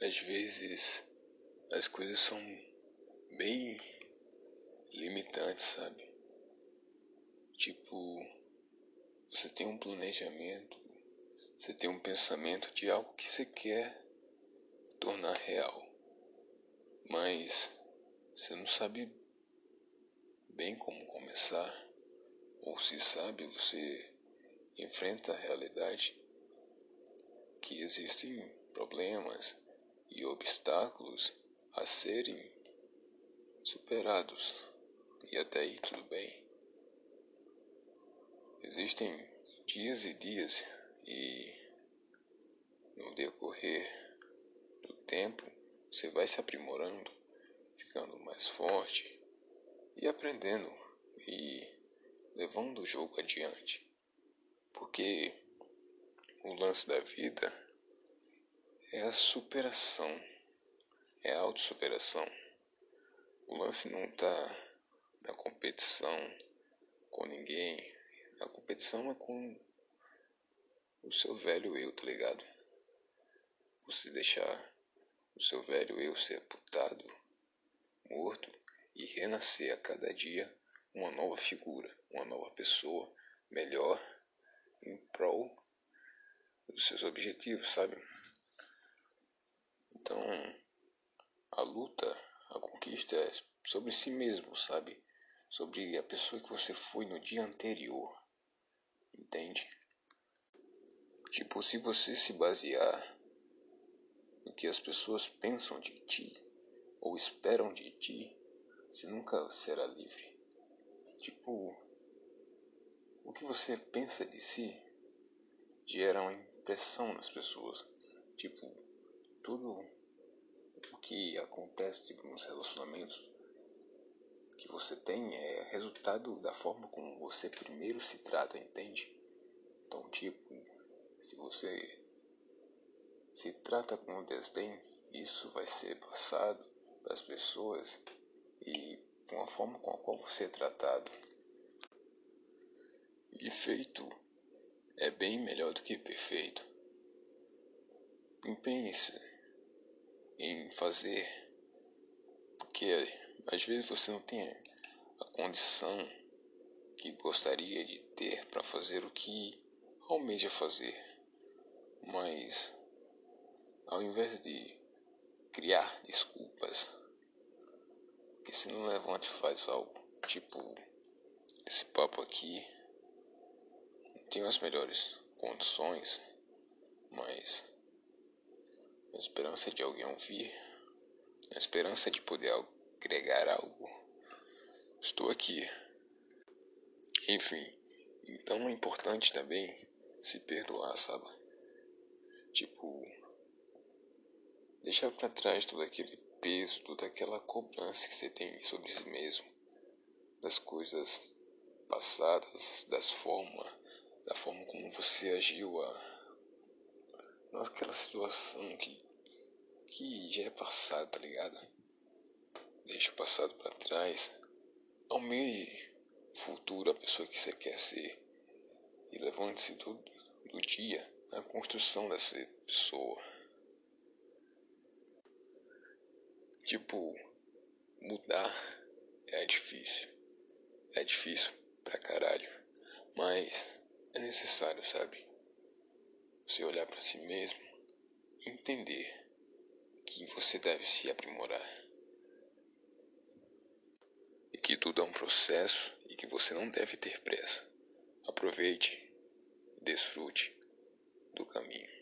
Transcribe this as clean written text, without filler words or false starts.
às vezes as coisas são bem limitantes, sabe? Tipo, você tem um planejamento, você tem um pensamento de algo que você quer tornar real, mas você não sabe bem como começar, ou se sabe, você enfrenta a realidade que existem problemas e obstáculos a serem superados, e até aí tudo bem. Existem dias e dias, e no decorrer do tempo você vai se aprimorando, ficando mais forte e aprendendo e levando o jogo adiante, porque o lance da vida é a superação, é a autossuperação. O lance não tá na competição com ninguém, a competição é com o seu velho eu, tá ligado? Você deixar o seu velho eu ser amputado, morto e renascer a cada dia uma nova figura, uma nova pessoa, melhor, em prol dos seus objetivos, sabe? Então, a luta, a conquista é sobre si mesmo, sabe? Sobre a pessoa que você foi no dia anterior, entende? Tipo, se você se basear no que as pessoas pensam de ti ou esperam de ti, você nunca será livre. Tipo, o que você pensa de si gera uma impressão nas pessoas. Tipo, tudo o que acontece tipo, nos relacionamentos que você tem é resultado da forma como você primeiro se trata, entende? Então, tipo, se você se trata com desdém, isso vai ser passado para as pessoas e com a forma com a qual você é tratado. E feito é bem melhor do que perfeito. Empenhe-se em fazer, porque às vezes você não tem a condição que gostaria de ter para fazer o que almeja fazer, mas ao invés de criar desculpas, que se não levanta e faz algo, tipo esse papo aqui, não tenho as melhores condições, mas a esperança de alguém ouvir, a esperança de poder agregar algo, estou aqui. Enfim, então é importante também se perdoar, sabe? Tipo, deixar pra trás todo aquele peso, toda aquela cobrança que você tem sobre si mesmo, das coisas passadas, da forma como você agiu naquela situação que já é passado, tá ligado? Deixa o passado pra trás, almeje o futuro, a pessoa que você quer ser, e levante-se todo do dia na construção dessa pessoa. Tipo, mudar é difícil pra caralho, mas é necessário, sabe? Você olhar pra si mesmo e entender que você deve se aprimorar e que tudo é um processo e que você não deve ter pressa. Aproveite e desfrute do caminho.